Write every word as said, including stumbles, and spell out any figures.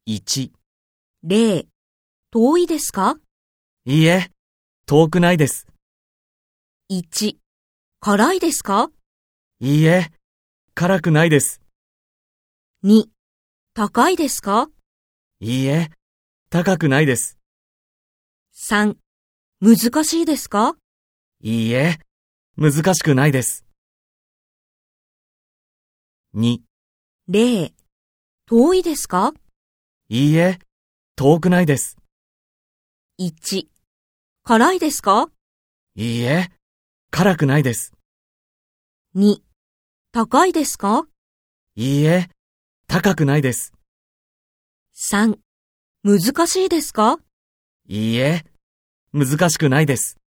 いち、 ゼロ、遠いですか？ いいえ、遠くないです。 いち、辛いですか？ いいえ、辛くないです。 に、高いですか？ いいえ、高くないです。 さん、難しいですか？ いいえ、難しくないです。に、 ゼロ、遠いですか？ いいえ、遠くないです。 いち、辛いですか？ いいえ、辛くないです。 に、高いですか？ いいえ、高くないです。 さん、難しいですか？ いいえ、難しくないです。